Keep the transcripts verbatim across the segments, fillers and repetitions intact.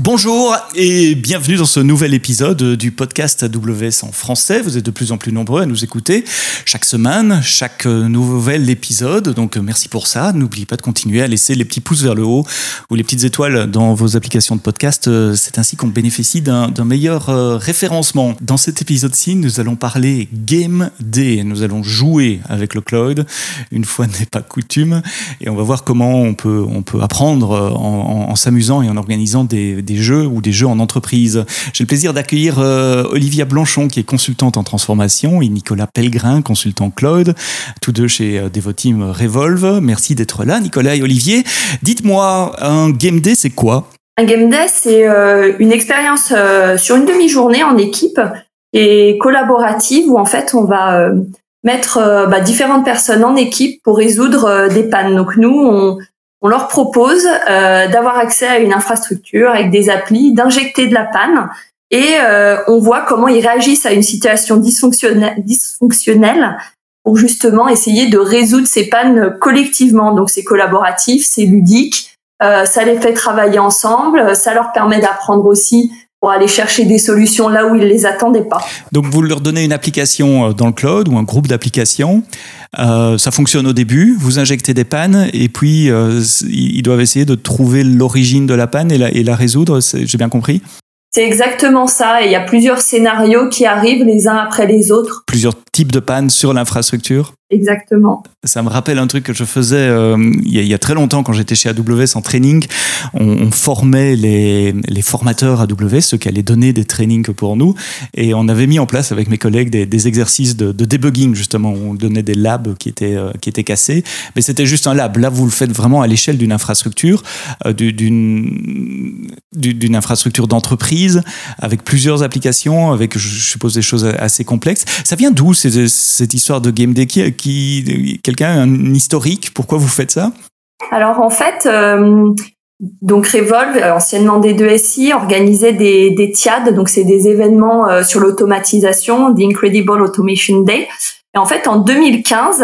Bonjour et bienvenue dans ce nouvel épisode du podcast A W S en français. Vous êtes de plus en plus nombreux à nous écouter chaque semaine, chaque nouvel épisode. Donc merci pour ça. N'oubliez pas de continuer à laisser les petits pouces vers le haut ou les petites étoiles dans vos applications de podcast. C'est ainsi qu'on bénéficie d'un, d'un meilleur référencement. Dans cet épisode-ci, nous allons parler Game Day. Nous allons jouer avec le cloud. Une fois n'est pas coutume. Et on va voir comment on peut, on peut apprendre en, en, en s'amusant et en organisant des des jeux ou des jeux en entreprise. J'ai le plaisir d'accueillir euh, Olivia Blanchon, qui est consultante en transformation, et Nicolas Pellegrin, consultant cloud, tous deux chez euh, Devoteam Revolve. Merci d'être là, Nicolas et Olivier. Dites-moi, un Game Day, c'est quoi ? Un Game Day, c'est euh, une expérience euh, sur une demi-journée en équipe et collaborative où en fait on va euh, mettre euh, bah, différentes personnes en équipe pour résoudre euh, des pannes. Donc nous, on On leur propose euh, d'avoir accès à une infrastructure avec des applis, d'injecter de la panne et euh, on voit comment ils réagissent à une situation dysfonctionnelle, dysfonctionnelle pour justement essayer de résoudre ces pannes collectivement. Donc c'est collaboratif, c'est ludique, euh, ça les fait travailler ensemble, ça leur permet d'apprendre aussi pour aller chercher des solutions là où ils les attendaient pas. Donc vous leur donnez une application dans le cloud ou un groupe d'applications. Euh, ça fonctionne au début, vous injectez des pannes et puis euh, ils doivent essayer de trouver l'origine de la panne et la, et la résoudre, c'est, j'ai bien compris ? C'est exactement ça, et il y a plusieurs scénarios qui arrivent les uns après les autres. Plusieurs types de pannes sur l'infrastructure ? Exactement. Ça me rappelle un truc que je faisais euh, il, y a, il y a très longtemps quand j'étais chez A W S en training. On, on formait les, les formateurs A W S, ceux qui allaient donner des trainings pour nous. Et on avait mis en place avec mes collègues des, des exercices de, de debugging, justement. On donnait des labs qui étaient, euh, qui étaient cassés. Mais c'était juste un lab. Là, vous le faites vraiment à l'échelle d'une infrastructure, euh, d'une, d'une infrastructure d'entreprise, avec plusieurs applications, avec, je suppose, des choses assez complexes. Ça vient d'où, cette, cette histoire de Game Day ? Qui, qui, quelqu'un a un historique ? Pourquoi vous faites ça ? Alors en fait, euh, donc Revolve, anciennement D deux S I, organisait des, des T I A D, donc c'est des événements euh, sur l'automatisation, The Incredible Automation Day. Et en fait, en deux mille quinze,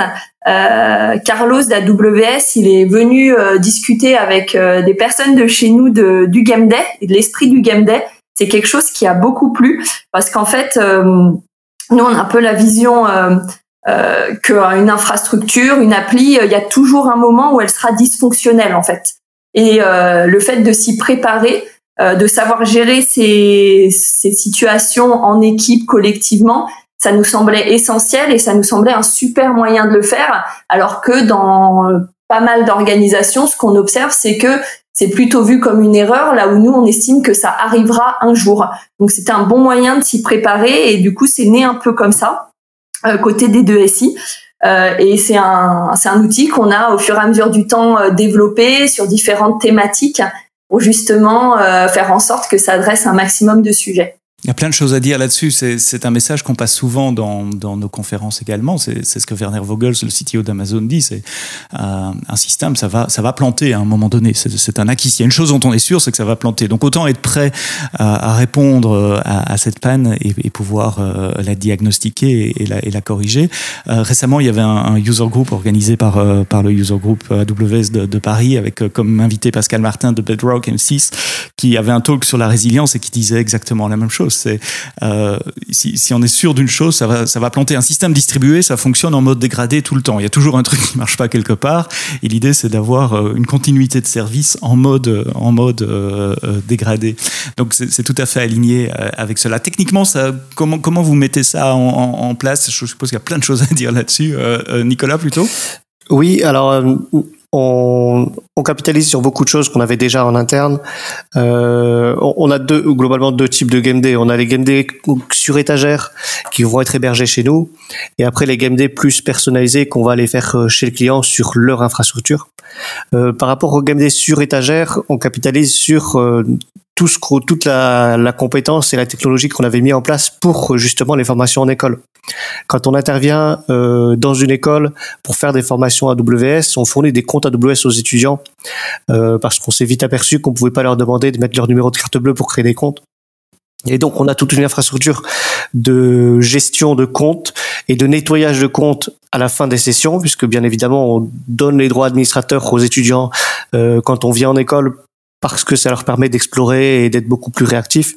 euh, Carlos d'A W S, il est venu euh, discuter avec euh, des personnes de chez nous de, du Game Day et de l'esprit du Game Day. C'est quelque chose qui a beaucoup plu parce qu'en fait, euh, nous on a un peu la vision euh, Euh, qu'une infrastructure, une appli, il y a toujours un moment où elle sera dysfonctionnelle en fait. Et euh, le fait de s'y préparer, euh, de savoir gérer ces, ces situations en équipe collectivement, ça nous semblait essentiel et ça nous semblait un super moyen de le faire. Alors que dans pas mal d'organisations, ce qu'on observe, c'est que c'est plutôt vu comme une erreur, là où nous, on estime que ça arrivera un jour. Donc c'était un bon moyen de s'y préparer et du coup, c'est né un peu comme ça. Côté des deux S I, euh, et c'est un c'est un outil qu'on a au fur et à mesure du temps euh, développé sur différentes thématiques pour justement euh, faire en sorte que ça adresse un maximum de sujets. Il y a plein de choses à dire là-dessus. C'est, c'est un message qu'on passe souvent dans, dans nos conférences également. C'est, c'est ce que Werner Vogels, le C T O d'Amazon, dit. C'est euh, un système, ça va, ça va planter à un moment donné. C'est, c'est un acquis. Il y a une chose dont on est sûr, c'est que ça va planter. Donc autant être prêt à, à répondre à, à cette panne et, et pouvoir euh, la diagnostiquer et, et, la, et la corriger. Euh, récemment, il y avait un, un user group organisé par, euh, par le user group A W S de, de Paris avec euh, comme invité Pascal Martin de Bedrock M six qui avait un talk sur la résilience et qui disait exactement la même chose. C'est, euh, si, si on est sûr d'une chose, ça va, ça va planter. Un système distribué, ça fonctionne en mode dégradé tout le temps. Il y a toujours un truc qui marche pas quelque part. Et l'idée, c'est d'avoir une continuité de service en mode, en mode euh, euh, dégradé. Donc, c'est, c'est tout à fait aligné avec cela. Techniquement, ça, comment, comment vous mettez ça en, en, en place ? Je suppose qu'il y a plein de choses à dire là-dessus. Euh, Nicolas, plutôt ? Oui, alors... Euh... On, on capitalise sur beaucoup de choses qu'on avait déjà en interne. Euh, on, on a deux, globalement deux types de Game Day. On a les Game Day sur étagère qui vont être hébergés chez nous, et après les Game Day plus personnalisés qu'on va aller faire chez le client sur leur infrastructure. Euh, par rapport aux Game Day sur étagère, on capitalise sur euh, tout ce, toute la, la compétence et la technologie qu'on avait mis en place pour justement les formations en école. Quand on intervient euh, dans une école pour faire des formations A W S, on fournit des comptes A W S aux étudiants euh, parce qu'on s'est vite aperçu qu'on pouvait pas leur demander de mettre leur numéro de carte bleue pour créer des comptes. Et donc, on a toute une infrastructure de gestion de comptes et de nettoyage de comptes à la fin des sessions, puisque bien évidemment, on donne les droits administrateurs aux étudiants euh, quand on vient en école parce que ça leur permet d'explorer et d'être beaucoup plus réactifs.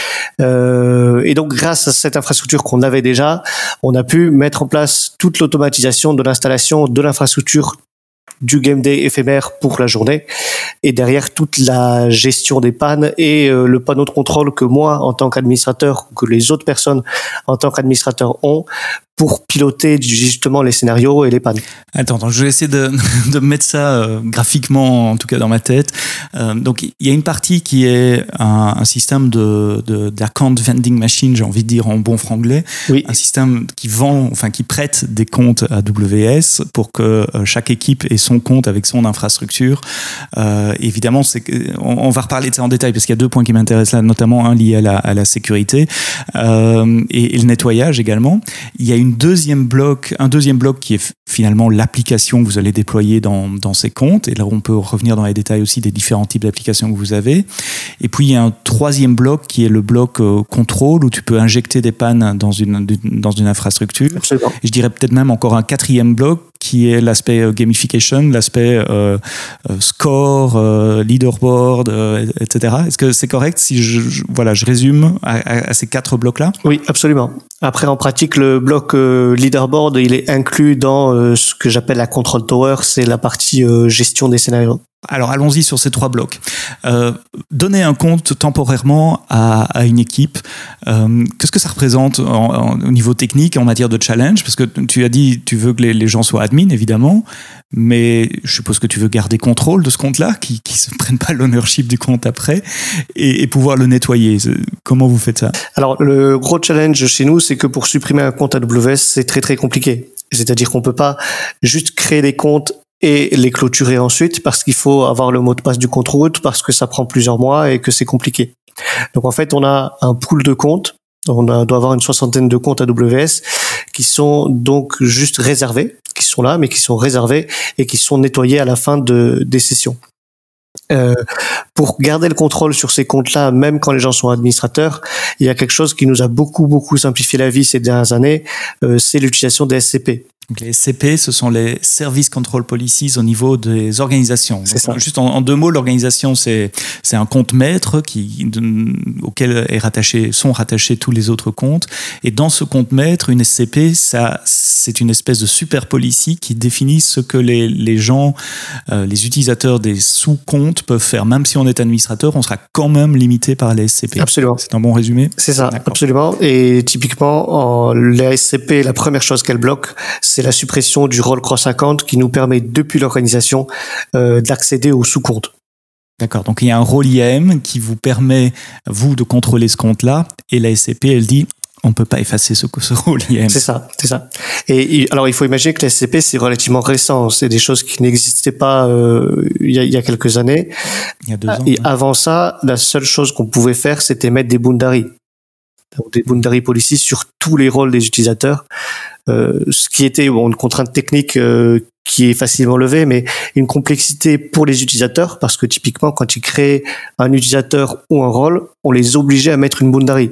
Euh, et donc, grâce à cette infrastructure qu'on avait déjà, on a pu mettre en place toute l'automatisation de l'installation de l'infrastructure du game day éphémère pour la journée, et derrière toute la gestion des pannes et euh, le panneau de contrôle que moi, en tant qu'administrateur, ou que les autres personnes en tant qu'administrateurs ont, pour piloter justement les scénarios et les pannes. Attends, attends je vais essayer de, de mettre ça euh, graphiquement, en tout cas dans ma tête. Euh, donc, il y a une partie qui est un, un système de, de, d'account vending machine, j'ai envie de dire en bon franglais. Oui. Un système qui vend, enfin qui prête des comptes à W S pour que euh, chaque équipe ait son compte avec son infrastructure. Euh, évidemment, c'est que, on, on va reparler de ça en détail parce qu'il y a deux points qui m'intéressent là, notamment un lié à la, à la sécurité euh, et, et le nettoyage également. Il y a une deuxième bloc, un deuxième bloc qui est finalement l'application que vous allez déployer dans, dans ces comptes. Et là, on peut revenir dans les détails aussi des différents types d'applications que vous avez. Et puis, il y a un troisième bloc qui est le bloc euh, contrôle où tu peux injecter des pannes dans une, dans une infrastructure. Absolument. Et je dirais peut-être même encore un quatrième bloc qui est l'aspect euh, gamification, l'aspect euh, euh, score, euh, leaderboard, euh, et cetera. Est-ce que c'est correct si je, je, voilà, je résume à, à, à ces quatre blocs-là ? Oui, absolument. Après, en pratique, le bloc euh, leaderboard, il est inclus dans euh, ce que j'appelle la control tower, c'est la partie euh, gestion des scénarios. Alors, allons-y sur ces trois blocs. Euh, donner un compte temporairement à, à une équipe, euh, qu'est-ce que ça représente en, en, au niveau technique en matière de challenge ? Parce que tu as dit, tu veux que les, les gens soient admin, évidemment, mais je suppose que tu veux garder contrôle de ce compte-là, qu'ils ne se prennent pas l'ownership du compte après, et, et pouvoir le nettoyer. Comment vous faites ça ? Alors, le gros challenge chez nous, c'est que pour supprimer un compte A W S, c'est très très compliqué. C'est-à-dire qu'on peut pas juste créer des comptes et les clôturer ensuite parce qu'il faut avoir le mot de passe du compte root, parce que ça prend plusieurs mois et que c'est compliqué. Donc en fait, on a un pool de comptes, on a, doit avoir une soixantaine de comptes A W S qui sont donc juste réservés, qui sont là, mais qui sont réservés et qui sont nettoyés à la fin de, des sessions. Euh, pour garder le contrôle sur ces comptes-là, même quand les gens sont administrateurs, il y a quelque chose qui nous a beaucoup beaucoup simplifié la vie ces dernières années, euh, c'est l'utilisation des S C P. Donc les S C P, ce sont les Service Control Policies au niveau des organisations. C'est ça. Juste en, en deux mots, l'organisation, c'est, c'est un compte maître qui, de, auquel est rattaché, sont rattachés tous les autres comptes. Et dans ce compte maître, une S C P, ça, c'est une espèce de super policy qui définit ce que les, les gens, euh, les utilisateurs des sous-comptes peuvent faire. Même si on est administrateur, on sera quand même limité par les S C P. Absolument. C'est un bon résumé ? C'est ça, D'accord. Absolument. Et typiquement, en, les S C P, la première chose qu'elle bloque, c'est la suppression du role cross-account qui nous permet, depuis l'organisation, euh, d'accéder aux sous-comptes. D'accord, donc il y a un rôle I A M qui vous permet, vous, de contrôler ce compte-là, et la S C P, elle dit, on ne peut pas effacer ce, ce rôle I A M. C'est ça, c'est ça. Et alors, il faut imaginer que la S C P, c'est relativement récent. C'est des choses qui n'existaient pas euh, il, y a, il y a quelques années. Il y a deux ans. Et ouais. avant ça, la seule chose qu'on pouvait faire, c'était mettre des boundaries. Donc, des boundary policies sur tous les rôles des utilisateurs. Euh, ce qui était bon, une contrainte technique euh, qui est facilement levée, mais une complexité pour les utilisateurs, parce que typiquement, quand ils créent un utilisateur ou un rôle, on les obligeait à mettre une boundary.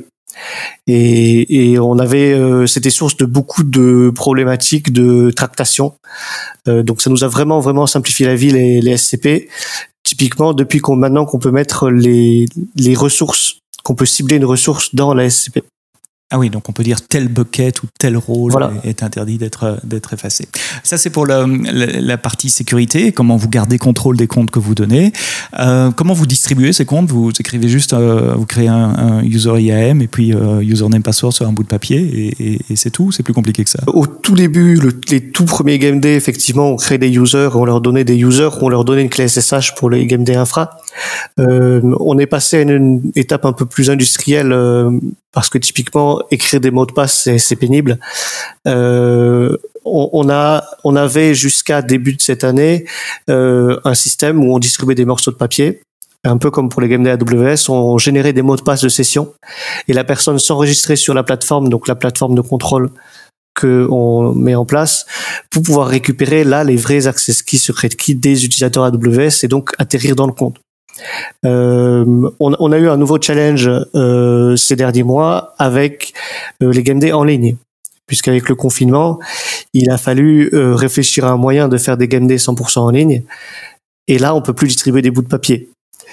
Et, et on avait, euh, c'était source de beaucoup de problématiques de tractation. Euh, donc ça nous a vraiment vraiment simplifié la vie, les, les S C P. Typiquement, depuis qu'on maintenant qu'on peut mettre les les ressources, qu'on peut cibler une ressource dans la S C P. Ah oui, donc on peut dire tel bucket ou tel rôle voilà. est interdit d'être, d'être effacé. Ça, c'est pour le, la, la partie sécurité, comment vous gardez contrôle des comptes que vous donnez. Euh, comment vous distribuez ces comptes ? Vous écrivez juste, euh, vous créez un, un user I A M et puis euh, username password sur un bout de papier et, et, et c'est tout ? C'est plus compliqué que ça ? Au tout début, le, les tout premiers game day, effectivement, on créait des users, on leur donnait des users, on leur donnait une clé S S H pour les game day infra. Euh, on est passé à une, une étape un peu plus industrielle euh, parce que typiquement écrire des mots de passe c'est, c'est pénible. Euh, on, on a, on avait jusqu'à début de cette année euh, un système où on distribuait des morceaux de papier. Un peu comme pour les game day A W S, on générait des mots de passe de session et la personne s'enregistrait sur la plateforme, donc la plateforme de contrôle que on met en place pour pouvoir récupérer là les vrais access keys, secret keys des utilisateurs A W S et donc atterrir dans le compte. Euh, on, on a eu un nouveau challenge euh, ces derniers mois avec euh, les game day en ligne, puisqu'avec le confinement, il a fallu euh, réfléchir à un moyen de faire des game day cent pour cent en ligne. Et là, on peut plus distribuer des bouts de papier.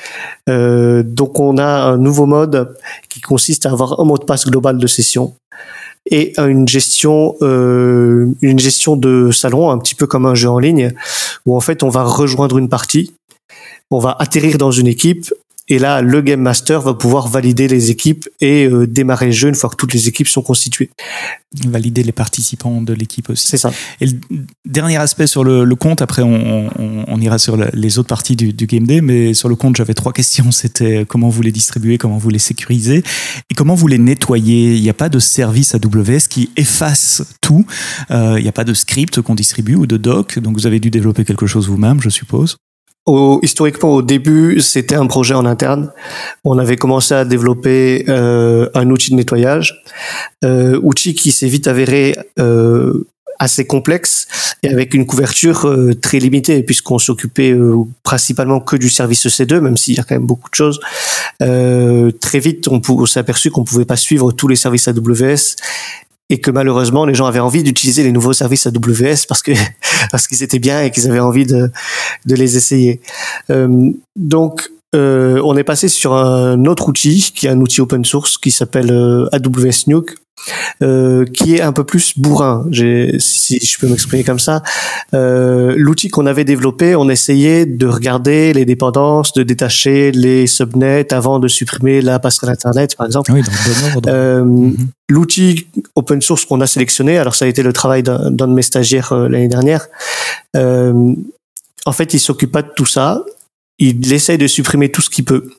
Euh, donc on a un nouveau mode qui consiste à avoir un mot de passe global de session et une gestion euh, une gestion de salon, un petit peu comme un jeu en ligne, où en fait on va rejoindre une partie, on va atterrir dans une équipe, et là le Game Master va pouvoir valider les équipes et euh, démarrer le jeu une fois que toutes les équipes sont constituées. Valider les participants de l'équipe aussi. C'est ça. Et le dernier aspect sur le, le compte, après on, on, on ira sur la, les autres parties du, du Game Day, mais sur le compte j'avais trois questions. C'était comment vous les distribuez, comment vous les sécurisez et comment vous les nettoyez. Il n'y a pas de service A W S qui efface tout. Euh, il n'y a pas de script qu'on distribue ou de doc, donc vous avez dû développer quelque chose vous-même, je suppose. Au, historiquement, au début, c'était un projet en interne. On avait commencé à développer euh, un outil de nettoyage, euh, outil qui s'est vite avéré euh, assez complexe et avec une couverture euh, très limitée, puisqu'on s'occupait euh, principalement que du service E C deux, même s'il y a quand même beaucoup de choses. Euh, très vite, on, on s'est aperçu qu'on pouvait pas suivre tous les services A W S. Et que malheureusement les gens avaient envie d'utiliser les nouveaux services A W S parce que parce qu'ils étaient bien et qu'ils avaient envie de de les essayer. Euh, donc euh, on est passé sur un autre outil qui est un outil open source qui s'appelle euh, A W S Nuke. Euh, qui est un peu plus bourrin, j'ai, si je peux m'exprimer comme ça. Euh, l'outil qu'on avait développé, on essayait de regarder les dépendances, de détacher les subnets avant de supprimer la passerelle Internet, par exemple. Oui, dans le bon ordre. Euh, mm-hmm. L'outil open source qu'on a sélectionné, alors ça a été le travail d'un, d'un de mes stagiaires euh, l'année dernière, euh, en fait, il s'occupe pas de tout ça, il essaye de supprimer tout ce qu'il peut.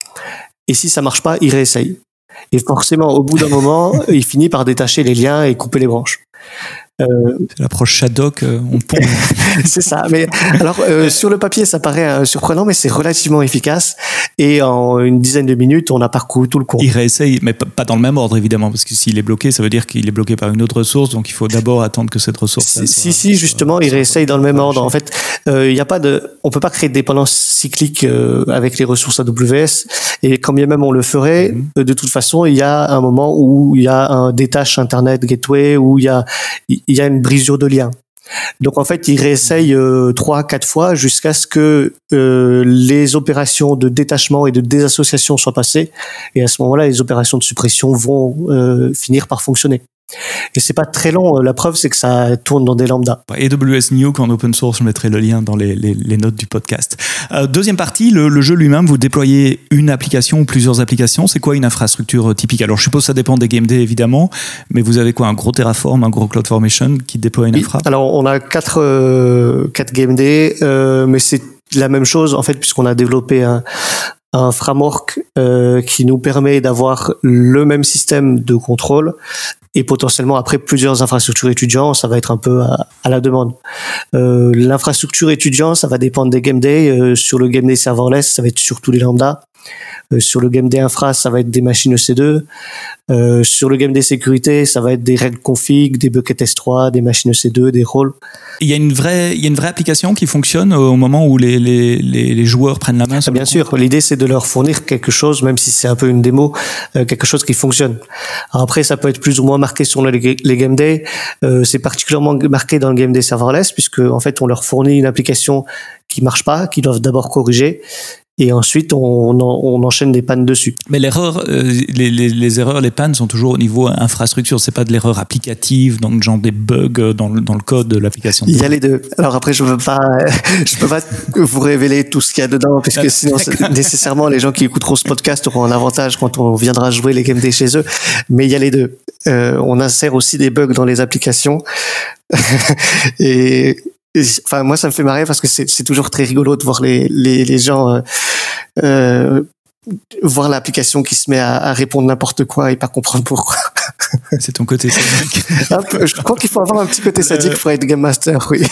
Et si ça marche pas, il réessaye. Et forcément, au bout d'un moment, il finit par détacher les liens et couper les branches. Euh, c'est l'approche Shadok, euh, on pompe. C'est ça. Mais alors, euh, sur le papier, ça paraît euh, surprenant, mais c'est relativement efficace. Et en une dizaine de minutes, on a parcouru tout le compte. Il réessaye, mais pas dans le même ordre, évidemment, parce que s'il est bloqué, ça veut dire qu'il est bloqué par une autre ressource, donc il faut d'abord attendre que cette ressource. Si, si, si, justement, il réessaye dans le même ordre. En fait, euh, il y a pas de, on peut pas créer de dépendance cyclique euh, avec les ressources A W S. Et quand bien même on le ferait, mm-hmm. de toute façon, il y a un moment où il y a un détache Internet Gateway, où il y a, il y a une brisure de lien. Donc en fait, il réessaye euh, trois, quatre fois jusqu'à ce que euh, les opérations de détachement et de désassociation soient passées. Et à ce moment-là, les opérations de suppression vont euh, finir par fonctionner. Et c'est pas très long. La preuve, c'est que ça tourne dans des lambdas. A W S Nuke en open source, je mettrai le lien dans les, les, les notes du podcast. Euh, deuxième partie, le, le jeu lui-même, vous déployez une application ou plusieurs applications. C'est quoi une infrastructure typique? Alors, je suppose que ça dépend des game day, évidemment, mais vous avez quoi? Un gros Terraform, un gros CloudFormation qui déploie une infra? Alors, on a quatre, euh, quatre game day, euh, mais c'est la même chose, en fait, puisqu'on a développé un, un framework euh, qui nous permet d'avoir le même système de contrôle et potentiellement après plusieurs infrastructures étudiants, ça va être un peu à, à la demande. Euh, l'infrastructure étudiant, ça va dépendre des game day. Euh, sur le game day serverless, ça va être surtout les lambdas. Euh, sur le game day infra, ça va être des machines E C deux. Euh, sur le game day sécurité, ça va être des règles config, des buckets S trois, des machines E C deux, des rôles. Il y a une vraie, il y a une vraie application qui fonctionne au moment où les, les, les, les joueurs prennent la main sur ah, bien sûr, l'idée c'est de leur fournir quelque chose, même si c'est un peu une démo, euh, quelque chose qui fonctionne. Alors après, ça peut être plus ou moins marqué sur les, les game day. Euh, c'est particulièrement marqué dans le game day serverless, puisque en fait on leur fournit une application qui marche pas, qu'ils doivent d'abord corriger. Et ensuite, on, on enchaîne des pannes dessus. Mais l'erreur, euh, les, les, les erreurs, les pannes sont toujours au niveau infrastructure. C'est pas de l'erreur applicative, donc genre des bugs dans le, dans le code de l'application. Il y a les deux. Alors après, je peux pas, je peux pas vous révéler tout ce qu'il y a dedans, puisque sinon, nécessairement, les gens qui écouteront ce podcast auront un avantage quand on viendra jouer les game day chez eux. Mais il y a les deux. Euh, on insère aussi des bugs dans les applications. et Enfin, moi, ça me fait marrer parce que c'est, c'est toujours très rigolo de voir les, les, les gens euh, euh, voir l'application qui se met à, à répondre n'importe quoi et pas comprendre pourquoi. C'est ton côté sadique. Je crois qu'il faut avoir un petit côté sadique pour être Game Master, oui.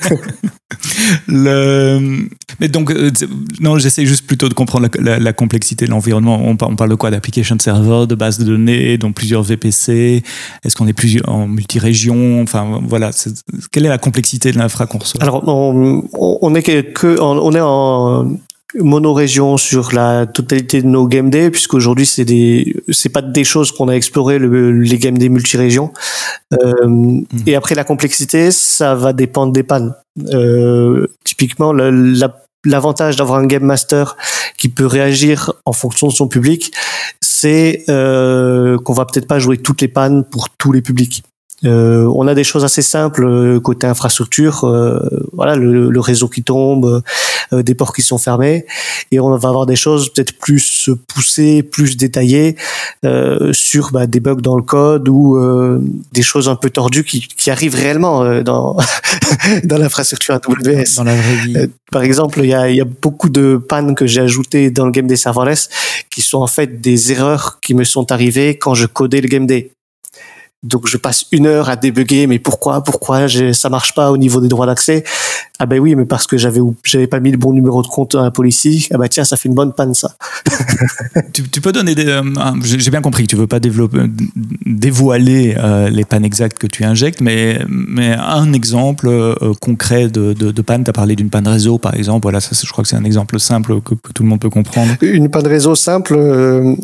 Le... Mais donc, euh, non, j'essaie juste plutôt de comprendre la, la, la complexité de l'environnement. On parle, on parle de quoi? D'application server, de base de données, donc plusieurs V P C. Est-ce qu'on est plus en multi-région? Enfin, voilà. C'est... Quelle est la complexité de l'infra qu'on reçoit? Alors, on, on est que, on est en monorégion sur la totalité de nos game day, puisqu'aujourd'hui c'est des, c'est pas des choses qu'on a explorées, le, les game day multi-régions. Euh, mmh. Et après la complexité, ça va dépendre des pannes. Euh, typiquement, la, la l'avantage d'avoir un game master qui peut réagir en fonction de son public, c'est euh, qu'on va peut-être pas jouer toutes les pannes pour tous les publics. Euh, on a des choses assez simples côté infrastructure, euh, voilà, le, le réseau qui tombe, euh, des ports qui sont fermés, et on va avoir des choses peut-être plus poussées, plus détaillées euh, sur bah, des bugs dans le code ou euh, des choses un peu tordues qui, qui arrivent réellement euh, dans dans l'infrastructure A W S. Dans la vraie vie. Euh, par exemple, il y a, il y a beaucoup de pannes que j'ai ajoutées dans le game day serverless qui sont en fait des erreurs qui me sont arrivées quand je codais le game day. Donc je passe une heure à débugger, mais pourquoi, pourquoi j'ai, ça marche pas au niveau des droits d'accès? Ah ben oui, mais parce que j'avais j'avais pas mis le bon numéro de compte dans la policy. Ah ben tiens, ça fait une bonne panne ça. tu, tu peux donner des, euh, j'ai bien compris que tu veux pas développer, dévoiler euh, les pannes exactes que tu injectes, mais mais un exemple euh, concret de de, de panne. T'as parlé d'une panne réseau par exemple. Voilà, ça je crois que c'est un exemple simple que, que tout le monde peut comprendre. Une panne réseau simple, euh,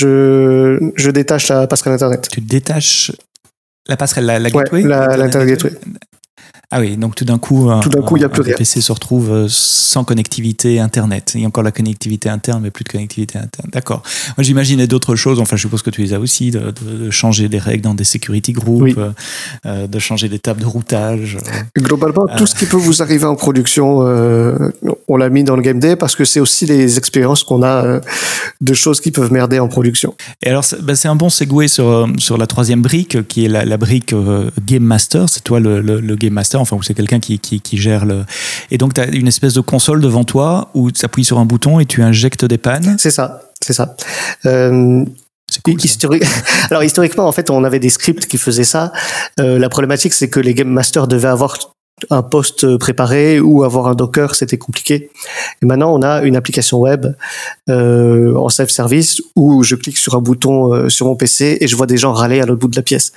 je je détache la passerelle internet. Tu détaches la passerelle, la, la ouais, gateway, la, l'internet gateway. Ah oui, donc tout d'un coup, tout d'un coup, il y a plus un rien. P C se retrouve sans connectivité internet. Il y a encore la connectivité interne, mais plus de connectivité interne. D'accord. Moi, j'imaginais d'autres choses. Enfin, je suppose que tu les as aussi, de, de changer des règles dans des security groups, oui. euh, de changer des tables de routage. Globalement, euh, tout ce qui peut vous arriver en production, euh, on l'a mis dans le game day parce que c'est aussi les expériences qu'on a euh, de choses qui peuvent merder en production. Et alors, c'est, bah, c'est un bon segue sur sur la troisième brique, qui est la, la brique euh, Game Master. C'est toi le, le, le Game Master. Enfin, où c'est quelqu'un qui, qui, qui gère le... Et donc, tu as une espèce de console devant toi où tu appuies sur un bouton et tu injectes des pannes. C'est ça, c'est ça. Euh... C'est cool, Histori... Alors, historiquement, en fait, on avait des scripts qui faisaient ça. Euh, la problématique, c'est que les Game Masters devaient avoir un post préparé ou avoir un Docker, c'était compliqué. Et maintenant, on a une application web euh, en self-service où je clique sur un bouton euh, sur mon P C et je vois des gens râler à l'autre bout de la pièce.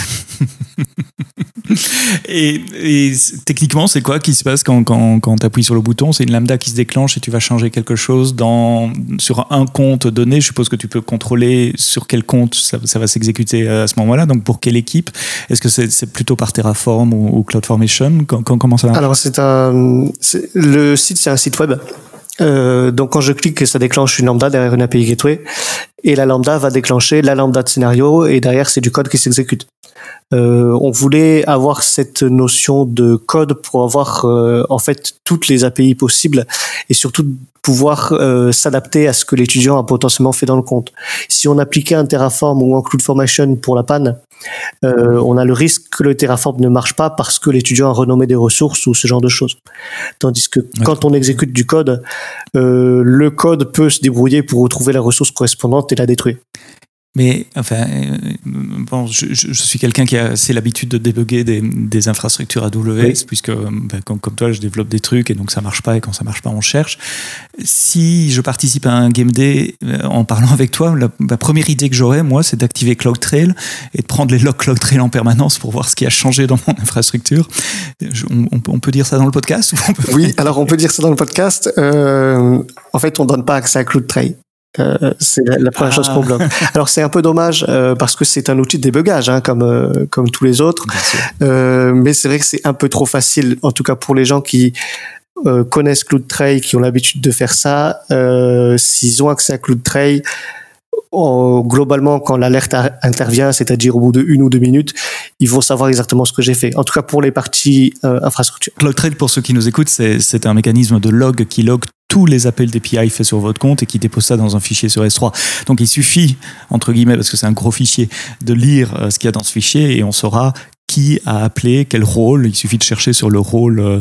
Et, et techniquement, c'est quoi qui se passe quand, quand, quand tu appuies sur le bouton? C'est une lambda qui se déclenche et tu vas changer quelque chose dans, sur un compte donné. Je suppose que tu peux contrôler sur quel compte ça, ça va s'exécuter à ce moment-là. Donc, pour quelle équipe? Est-ce que c'est, c'est plutôt par Terraform ou, ou CloudFormation? Quand, quand, comment ça marche? Alors, c'est un, c'est, le site, c'est un site web. Euh, donc, quand je clique, ça déclenche une lambda derrière une A P I Gateway. Et la lambda va déclencher la lambda de scénario et derrière, c'est du code qui s'exécute. Euh, on voulait avoir cette notion de code pour avoir euh, en fait toutes les A P I possibles et surtout pouvoir euh, s'adapter à ce que l'étudiant a potentiellement fait dans le compte. Si on appliquait un Terraform ou un CloudFormation pour la panne, euh, on a le risque que le Terraform ne marche pas parce que l'étudiant a renommé des ressources ou ce genre de choses. Tandis que ouais. quand on exécute du code, euh, le code peut se débrouiller pour retrouver la ressource correspondante et la détruire. Mais enfin, euh, bon, je, je, je suis quelqu'un qui a assez l'habitude de débugger des, des infrastructures A W S, oui. puisque ben, comme, comme toi, je développe des trucs et donc ça marche pas, et quand ça marche pas, on cherche. Si je participe à un game day en parlant avec toi, la, la première idée que j'aurais, moi, c'est d'activer CloudTrail et de prendre les logs CloudTrail en permanence pour voir ce qui a changé dans mon infrastructure. Je, on, on, on peut dire ça dans le podcast ou on peut... Oui, alors on peut dire ça dans le podcast. Euh, en fait, on donne pas accès à CloudTrail. Euh, c'est la, la première ah. chose qu'on bloque. Alors c'est un peu dommage euh, parce que c'est un outil de débugage hein, comme euh, comme tous les autres. Euh, mais c'est vrai que c'est un peu trop facile, en tout cas pour les gens qui euh, connaissent CloudTrail, qui ont l'habitude de faire ça. Euh, s'ils ont accès à CloudTrail, oh, globalement quand l'alerte a, intervient, c'est-à-dire au bout de une ou deux minutes, ils vont savoir exactement ce que j'ai fait. En tout cas pour les parties euh, infrastructure. CloudTrail, pour ceux qui nous écoutent, c'est, c'est un mécanisme de log qui log tous les appels d'A P I faits sur votre compte et qui dépose ça dans un fichier sur S trois. Donc il suffit, entre guillemets, parce que c'est un gros fichier, de lire euh, ce qu'il y a dans ce fichier et on saura qui a appelé, quel rôle. Il suffit de chercher sur le rôle euh,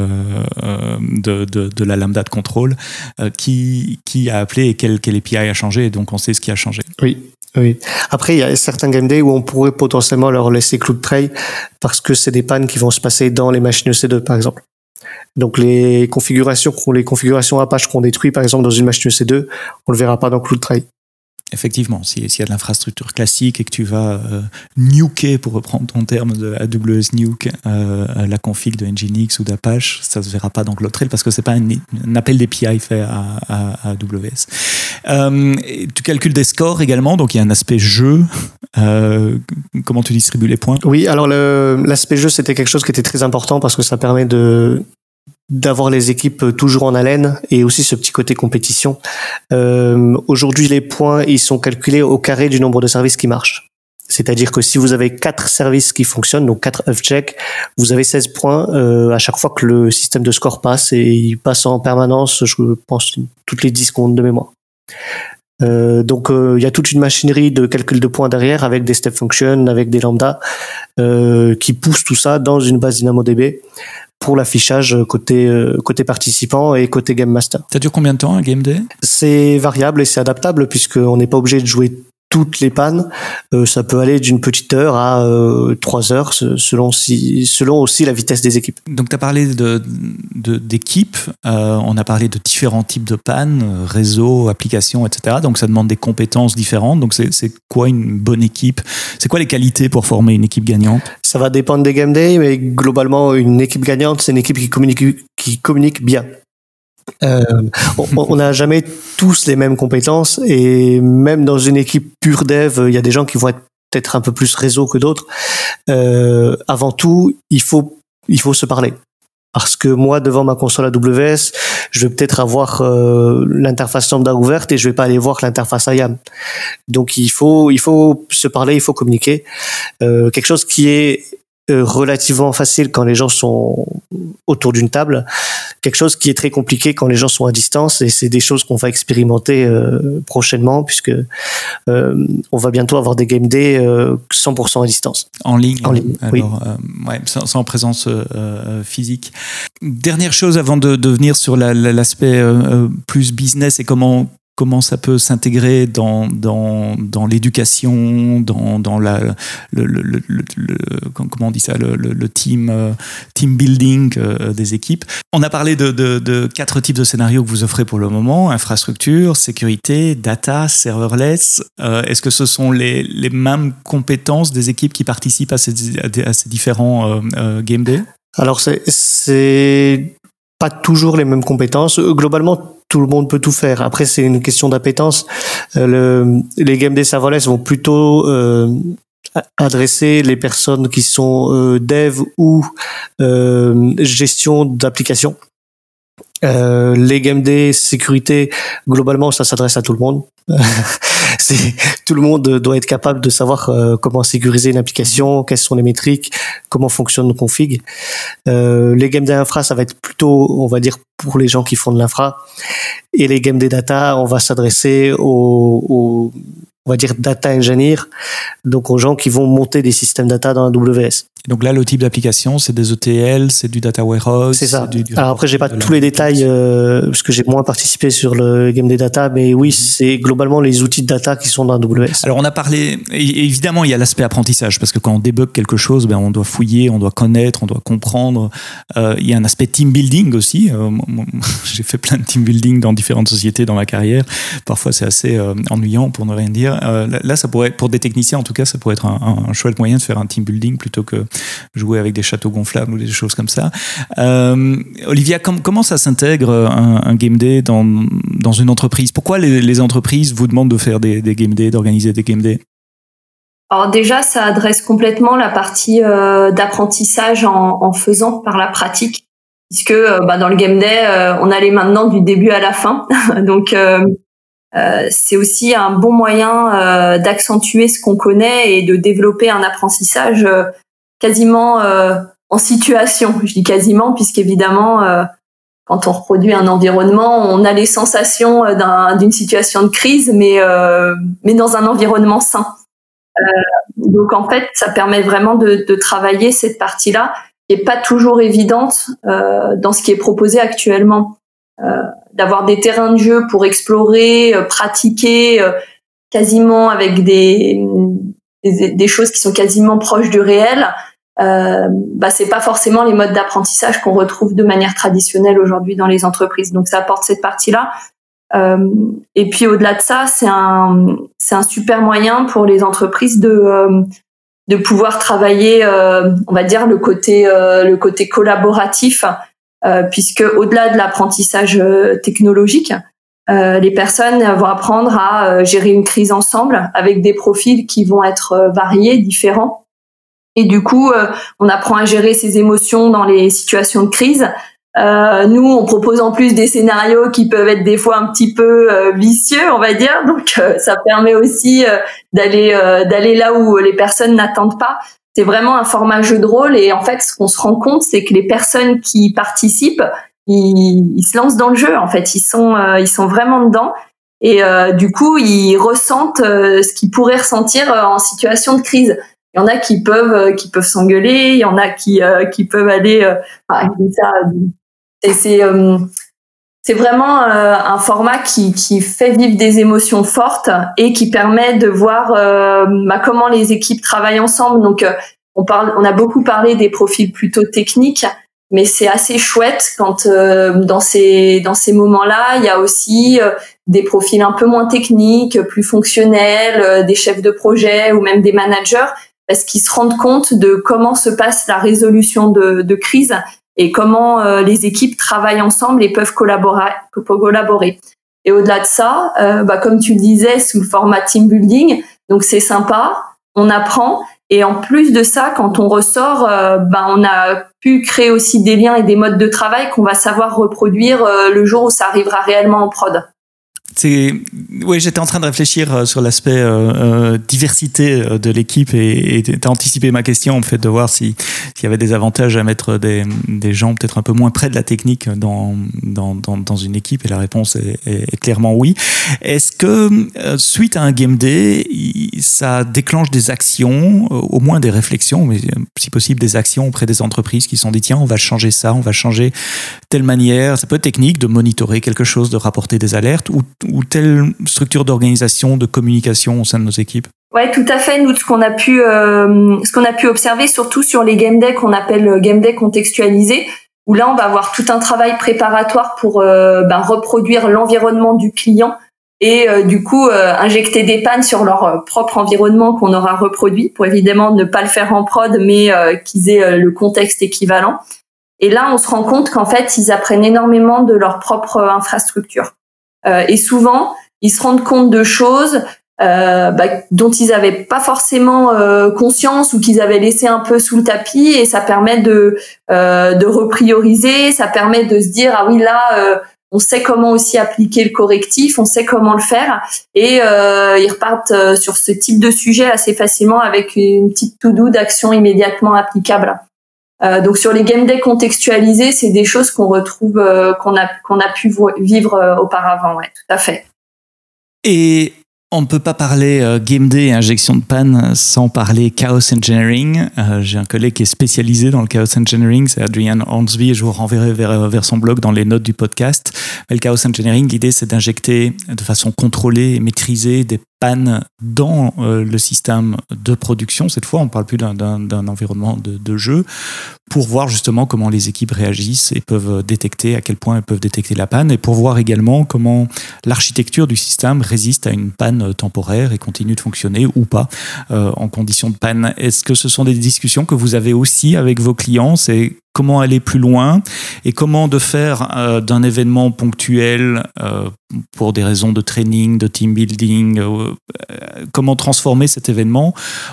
euh, de, de, de la lambda de contrôle euh, qui, qui a appelé et quel, quel A P I a changé, et donc on sait ce qui a changé. Oui. Oui. Après, il y a certains game days où on pourrait potentiellement leur laisser CloudTrail parce que c'est des pannes qui vont se passer dans les machines E C deux, par exemple. Donc les configurations, les configurations Apache qu'on détruit, par exemple, dans une machine E C deux, on le verra pas dans CloudTrail. Effectivement, s'il y a de l'infrastructure classique et que tu vas euh, nuker, pour reprendre ton terme de A W S Nuke, euh, la config de Nginx ou d'Apache, ça se verra pas dans CloudTrail parce que c'est pas un, un appel d'A P I fait à, à, à A W S. Euh, tu calcules des scores également, donc il y a un aspect jeu. Euh, comment tu distribues les points? Oui, alors le, l'aspect jeu, c'était quelque chose qui était très important parce que ça permet de d'avoir les équipes toujours en haleine et aussi ce petit côté compétition. Euh, aujourd'hui, les points, ils sont calculés au carré du nombre de services qui marchent. C'est-à-dire que si vous avez quatre services qui fonctionnent, donc quatre œuf check, vous avez seize points euh, à chaque fois que le système de score passe, et il passe en permanence, je pense, toutes les dix secondes de mémoire. Euh, donc il euh, y a toute une machinerie de calcul de points derrière avec des step functions, avec des lambdas euh, qui poussent tout ça dans une base DynamoDB pour l'affichage côté euh, côté participant et côté game master. Ça dure combien de temps un game day ? C'est variable et c'est adaptable puisqu'on n'est pas obligé de jouer toutes les pannes. Euh, ça peut aller d'une petite heure à euh, trois heures selon si selon aussi la vitesse des équipes. Donc tu as parlé de, de d'équipes, euh, on a parlé de différents types de pannes, euh, réseau, applications, et cetera. Donc ça demande des compétences différentes. Donc c'est c'est quoi une bonne équipe ? C'est quoi les qualités pour former une équipe gagnante ? Ça va dépendre des game days, mais globalement une équipe gagnante, c'est une équipe qui communique qui communique bien. Euh, on n'a jamais tous les mêmes compétences, et même dans une équipe pure dev, il y a des gens qui vont être peut-être un peu plus réseau que d'autres. Euh, avant tout, il faut il faut se parler. Parce que moi, devant ma console A W S, je vais peut-être avoir euh, l'interface Lambda ouverte et je vais pas aller voir l'interface I A M. Donc il faut il faut se parler, il faut communiquer. Euh, quelque chose qui est euh, relativement facile quand les gens sont autour d'une table, quelque chose qui est très compliqué quand les gens sont à distance, et c'est des choses qu'on va expérimenter euh, prochainement, puisque euh, on va bientôt avoir des game days euh, cent pour cent à distance. En ligne. En ligne, alors, oui. Euh, ouais, sans, sans présence euh, physique. Dernière chose avant de, de venir sur la, la, l'aspect euh, plus business et comment comment ça peut s'intégrer dans dans dans l'éducation, dans dans la le, le, le, le comment on dit ça le, le, le team euh, team building euh, des équipes. On a parlé de, de de quatre types de scénarios que vous offrez pour le moment: infrastructure, sécurité, data, serverless. Euh, est-ce que ce sont les les mêmes compétences des équipes qui participent à ces à ces différents euh, euh, game days? Alors c'est c'est pas toujours les mêmes compétences. Globalement, tout le monde peut tout faire. Après, c'est une question d'appétence. Euh, le, les game days serverless vont plutôt euh, adresser les personnes qui sont euh, dev ou euh, gestion d'applications. Euh, les game days sécurité, globalement, ça s'adresse à tout le monde. C'est, tout le monde doit être capable de savoir euh, comment sécuriser une application, quelles sont les métriques, comment fonctionne le config. Euh, les game day infra, ça va être plutôt, on va dire, pour les gens qui font de l'infra. Et les game day data, on va s'adresser aux, aux on va dire data engineer, donc aux gens qui vont monter des systèmes data dans A W S. Donc là, le type d'application, c'est des E T L, c'est du data warehouse. C'est ça. C'est du, du... Alors après, j'ai pas tous les détails euh, parce que j'ai moins participé sur le game des data, mais oui, c'est globalement les outils de data qui sont dans A W S. Alors on a parlé, évidemment, il y a l'aspect apprentissage, parce que quand on débug quelque chose, ben on doit fouiller, on doit connaître, on doit comprendre. Euh, il y a un aspect team building aussi. Euh, moi, j'ai fait plein de team building dans différentes sociétés dans ma carrière. Parfois, c'est assez euh, ennuyant pour ne rien dire. Euh, là, ça pourrait, pour des techniciens en tout cas, ça pourrait être un, un chouette moyen de faire un team building plutôt que jouer avec des châteaux gonflables ou des choses comme ça. Euh, Olivia, com- comment ça s'intègre un, un game day dans, dans une entreprise ? Pourquoi les, les entreprises vous demandent de faire des, des game days, d'organiser des game days ? Alors déjà, ça adresse complètement la partie euh, d'apprentissage en, en faisant par la pratique, puisque euh, bah, dans le game day, euh, on a les maintenant du début à la fin. Donc euh, euh, c'est aussi un bon moyen euh, d'accentuer ce qu'on connaît et de développer un apprentissage euh, quasiment euh, en situation. Je dis quasiment puisqu'évidemment, euh, quand on reproduit un environnement, on a les sensations d'un, d'une situation de crise, mais euh, mais dans un environnement sain. Euh, donc en fait, ça permet vraiment de, de travailler cette partie-là, qui est pas toujours évidente euh, dans ce qui est proposé actuellement. Euh, d'avoir des terrains de jeu pour explorer, euh, pratiquer, euh, quasiment avec des, des des choses qui sont quasiment proches du réel. Euh, bah c'est pas forcément les modes d'apprentissage qu'on retrouve de manière traditionnelle aujourd'hui dans les entreprises. Donc ça apporte cette partie-là. Euh, et puis au-delà de ça, c'est un c'est un super moyen pour les entreprises de euh, de pouvoir travailler, euh, on va dire le côté euh, le côté collaboratif, euh, puisque au-delà de l'apprentissage technologique, euh, les personnes vont apprendre à gérer une crise ensemble avec des profils qui vont être variés, différents. Et du coup, euh, on apprend à gérer ses émotions dans les situations de crise. Euh, nous, on propose en plus des scénarios qui peuvent être des fois un petit peu euh, vicieux, on va dire. Donc, euh, ça permet aussi euh, d'aller euh, d'aller là où les personnes n'attendent pas. C'est vraiment un format jeu de rôle. Et en fait, ce qu'on se rend compte, c'est que les personnes qui participent, ils, ils se lancent dans le jeu. En fait, ils sont euh, ils sont vraiment dedans. Et euh, du coup, ils ressentent euh, ce qu'ils pourraient ressentir euh, en situation de crise. Il y en a qui peuvent euh, qui peuvent s'engueuler. Il y en a qui euh, qui peuvent aller. Euh, enfin, ça, Et c'est euh, c'est vraiment euh, un format qui qui fait vivre des émotions fortes et qui permet de voir euh, bah, comment les équipes travaillent ensemble. Donc euh, on parle, on a beaucoup parlé des profils plutôt techniques, mais c'est assez chouette quand euh, dans ces dans ces moments-là, il y a aussi euh, des profils un peu moins techniques, plus fonctionnels, euh, des chefs de projet ou même des managers, parce qu'ils se rendent compte de comment se passe la résolution de, de crise et comment euh, les équipes travaillent ensemble et peuvent collaborer. collaborer. Et au-delà de ça, euh, bah, comme tu le disais, sous le format team building, donc c'est sympa, on apprend. Et en plus de ça, quand on ressort, euh, bah, on a pu créer aussi des liens et des modes de travail qu'on va savoir reproduire euh, le jour où ça arrivera réellement en prod. C'est, oui, j'étais en train de réfléchir sur l'aspect euh, euh, diversité de l'équipe et tu as anticipé ma question en fait de voir si s'il y avait des avantages à mettre des des gens peut-être un peu moins près de la technique dans dans dans, dans une équipe et la réponse est, est, est clairement oui. Est-ce que euh, suite à un game day, ça déclenche des actions, euh, au moins des réflexions, mais si possible des actions auprès des entreprises qui se sont dit tiens on va changer ça, on va changer telle manière, ça peut être technique de monitorer quelque chose, de rapporter des alertes ou ou telle structure d'organisation, de communication au sein de nos équipes? Ouais, tout à fait. Nous, ce qu'on a pu, euh, ce qu'on a pu observer, surtout sur les game days qu'on appelle game day contextualisés, où là, on va avoir tout un travail préparatoire pour euh, ben, reproduire l'environnement du client et euh, du coup euh, injecter des pannes sur leur propre environnement qu'on aura reproduit pour évidemment ne pas le faire en prod, mais euh, qu'ils aient euh, le contexte équivalent. Et là, on se rend compte qu'en fait, ils apprennent énormément de leur propre infrastructure. Euh, et souvent, ils se rendent compte de choses euh, bah, dont ils n'avaient pas forcément euh, conscience ou qu'ils avaient laissé un peu sous le tapis, et ça permet de euh, de reprioriser, ça permet de se dire ah oui là euh, on sait comment aussi appliquer le correctif, on sait comment le faire, et euh, ils repartent euh, sur ce type de sujet assez facilement avec une petite to-do d'action immédiatement applicable. Euh, donc sur les game days contextualisés, c'est des choses qu'on retrouve, euh, qu'on a qu'on a pu vo- vivre euh, auparavant, ouais, tout à fait. Et on ne peut pas parler euh, game day et injection de panne sans parler chaos engineering. Euh, j'ai un collègue qui est spécialisé dans le chaos engineering, c'est Adrian Hornsby, et je vous renverrai vers, vers son blog dans les notes du podcast. Mais le chaos engineering, l'idée c'est d'injecter de façon contrôlée et maîtrisée des pannes dans euh, le système de production. Cette fois, on ne parle plus d'un, d'un, d'un environnement de, de jeu, pour voir justement comment les équipes réagissent et peuvent détecter, à quel point elles peuvent détecter la panne, et pour voir également comment l'architecture du système résiste à une panne temporaire et continue de fonctionner ou pas euh, en condition de panne. Est-ce que ce sont des discussions que vous avez aussi avec vos clients? C'est comment aller plus loin et comment de faire euh, d'un événement ponctuel euh, pour des raisons de training, de team building, euh, comment transformer cet événement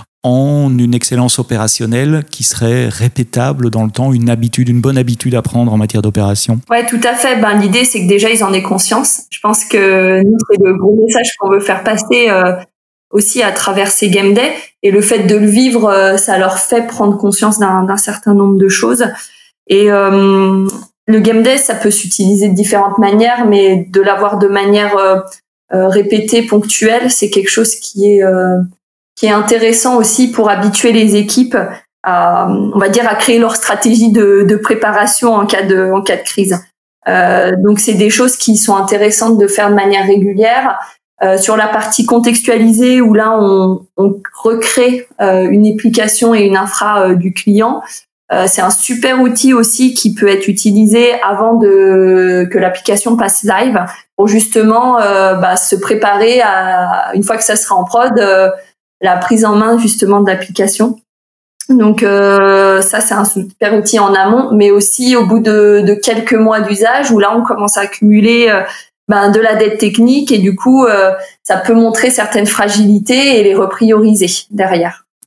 en une excellence opérationnelle qui serait répétable dans le temps, une habitude, une bonne habitude à prendre en matière d'opération? Ouais, tout à fait. Ben, l'idée, c'est que déjà, ils en aient conscience. Je pense que nous, c'est le gros message qu'on veut faire passer euh, aussi à travers ces game days. Et le fait de le vivre, euh, ça leur fait prendre conscience d'un, d'un certain nombre de choses. Et euh, le game day, ça peut s'utiliser de différentes manières, mais de l'avoir de manière euh, euh, répétée, ponctuelle, c'est quelque chose qui est... Euh, qui est intéressant aussi pour habituer les équipes à, on va dire, à créer leur stratégie de, de préparation en cas de, en cas de crise. Euh, donc c'est des choses qui sont intéressantes de faire de manière régulière. Euh, sur la partie contextualisée, où là on, on recrée euh, une application et une infra euh, du client, euh, c'est un super outil aussi qui peut être utilisé avant de que l'application passe live, pour justement euh, bah, se préparer à, une fois que ça sera en prod, euh, la prise en main justement de l'application. Donc euh, ça, c'est un super outil en amont, mais aussi au bout de, de quelques mois d'usage, où là on commence à accumuler euh, ben, de la dette technique, et du coup euh, ça peut montrer certaines fragilités et les reprioriser derrière.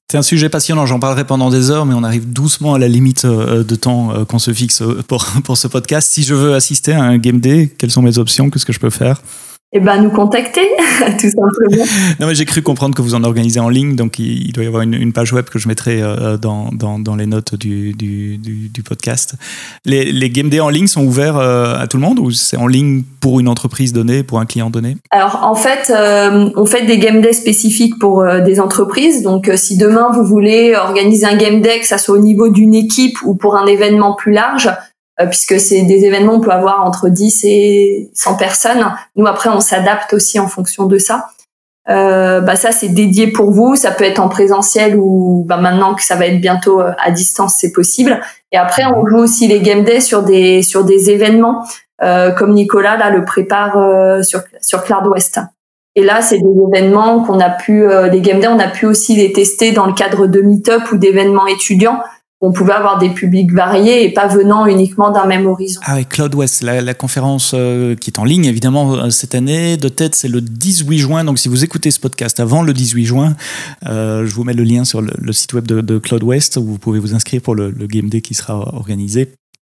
C'est un sujet passionnant, j'en parlerai pendant des heures, mais on arrive doucement à la limite de temps qu'on se fixe pour, pour ce podcast. Si je veux assister à un Game Day, quelles sont mes options? Qu'est-ce que je peux faire? Eh ben, nous contacter, tout simplement. Non, mais j'ai cru comprendre que vous en organisez en ligne, donc il, il doit y avoir une, une page web que je mettrai euh, dans, dans, dans les notes du, du, du, du podcast. Les, les Game Day en ligne sont ouverts euh, à tout le monde ou c'est en ligne pour une entreprise donnée, pour un client donné? Alors, en fait, euh, on fait des Game Day spécifiques pour euh, des entreprises. Donc, euh, si demain, vous voulez organiser un Game Day, que ça soit au niveau d'une équipe ou pour un événement plus large, Euh, puisque c'est des événements, on peut avoir entre dix et cent personnes. Nous, après, on s'adapte aussi en fonction de ça. Euh, bah ça, c'est dédié pour vous. Ça peut être en présentiel ou bah maintenant que ça va être bientôt à distance, c'est possible. Et après, on joue aussi les Game Day sur des sur des événements euh, comme Nicolas là le prépare euh, sur sur CloudWest. Et là, c'est des événements qu'on a pu euh, les Game Day, on a pu aussi les tester dans le cadre de meet-up ou d'événements étudiants. On pouvait avoir des publics variés et pas venant uniquement d'un même horizon. Ah oui, CloudWest, la, la conférence euh, qui est en ligne, évidemment, euh, cette année. De tête, c'est le dix-huit juin. Donc, si vous écoutez ce podcast avant le dix-huit juin, euh, je vous mets le lien sur le, le site web de, de CloudWest où vous pouvez vous inscrire pour le, le Game Day qui sera organisé.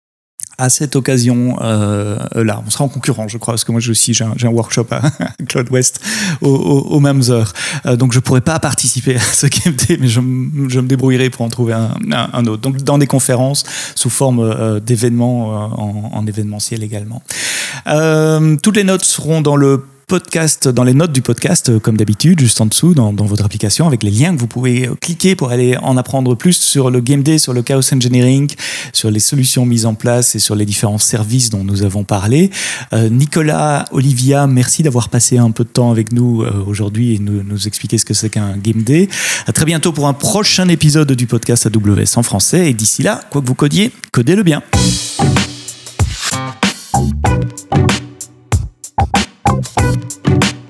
À cette occasion, euh, là, on sera en concurrent, je crois, parce que moi, je aussi, j'ai un, j'ai un workshop à CloudWest aux, aux, aux mêmes heures. Euh, donc, je pourrais pas participer à ce Game Day, mais je, je me débrouillerai pour en trouver un, un, un autre. Donc, dans des conférences sous forme euh, d'événements, euh, en, en événementiel également. Euh, toutes les notes seront dans le podcast, dans les notes du podcast, comme d'habitude, juste en dessous, dans, dans votre application, avec les liens que vous pouvez cliquer pour aller en apprendre plus sur le Game Day, sur le Chaos Engineering, sur les solutions mises en place et sur les différents services dont nous avons parlé. Euh, Nicolas, Olivia, merci d'avoir passé un peu de temps avec nous euh, aujourd'hui et nous, nous expliquer ce que c'est qu'un Game Day. À très bientôt pour un prochain épisode du podcast A W S en français. Et d'ici là, quoi que vous codiez, codez-le bien. Thank you.